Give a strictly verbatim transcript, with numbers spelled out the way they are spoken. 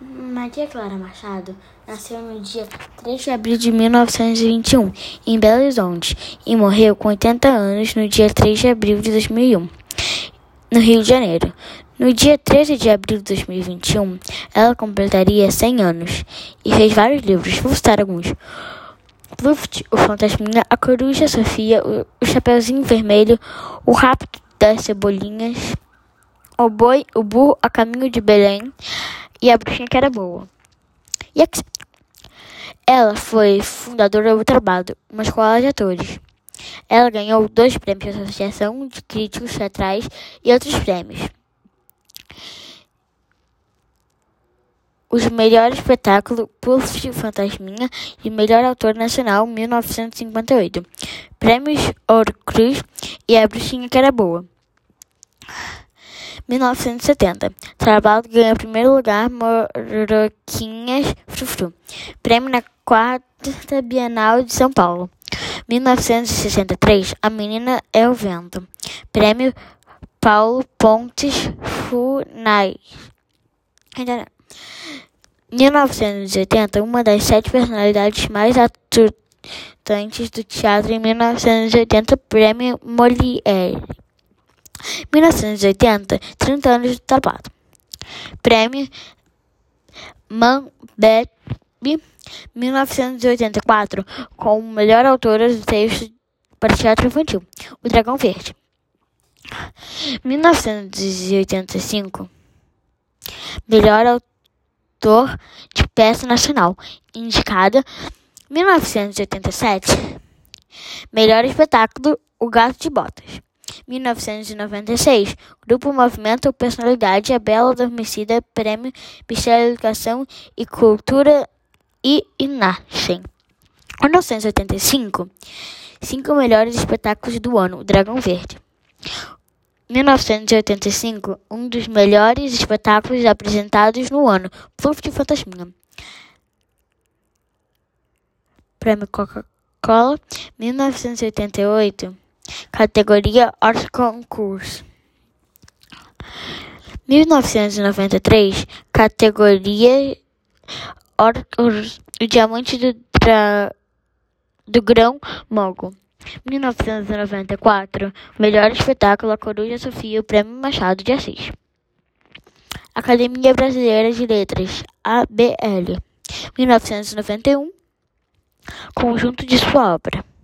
Maria Clara Machado nasceu no dia três de abril de mil novecentos e vinte e um, em Belo Horizonte, e morreu com oitenta anos no dia três de abril de dois mil e um, no Rio de Janeiro. No dia treze de abril de dois mil e vinte e um, ela completaria cem anos e fez vários livros. Vou citar alguns: Pluft, o Fantasminha, A Coruja Sofia, o, o Chapeuzinho Vermelho, O Rapto das Cebolinhas, O Boi, o Burro a Caminho de Belém e A Bruxinha que Era Boa. E aqui, ela foi fundadora do Trabalho, uma escola de atores. Ela ganhou dois prêmios da Associação de Críticos Teatrais e outros prêmios. Os melhores espetáculos, Pluft, Fantasminha, e melhor autor nacional, mil novecentos e cinquenta e oito. Prêmios Ouro Cruz e A Bruxinha que Era Boa. mil novecentos e setenta. Trabalho ganha primeiro lugar, Moroquinhas Frufru. Prêmio na quarta Bienal de São Paulo. mil novecentos e sessenta e três. A Menina é o Vento. Prêmio Paulo Pontes Funais. mil novecentos e oitenta. Uma das sete personalidades mais atuantes do teatro em mil novecentos e oitenta. Prêmio Molière. mil novecentos e oitenta, trinta anos de trabalho. Prêmio Mambebe, mil novecentos e oitenta e quatro, com melhor autora do texto para teatro infantil, O Dragão Verde. mil novecentos e oitenta e cinco, melhor autor de peça nacional, indicada. mil novecentos e oitenta e sete, melhor espetáculo, O Gato de Botas. mil novecentos e noventa e seis, Grupo Movimento Personalidade, A Bela Adormecida, Prêmio Pichel Educação e Cultura e Inachem. mil novecentos e oitenta e cinco, cinco melhores espetáculos do ano, O Dragão Verde. mil novecentos e oitenta e cinco, um dos melhores espetáculos apresentados no ano, Pluft e Fantasminha. Prêmio Coca-Cola. mil novecentos e oitenta e oito, categoria Hors Concurso. mil novecentos e noventa e três, categoria Or, Or, O Diamante do, tra, do Grão Mogo. mil novecentos e noventa e quatro, melhor espetáculo, A Coruja Sofia, o Prêmio Machado de Assis. Academia Brasileira de Letras, A B L. mil novecentos e noventa e um, conjunto de sua obra.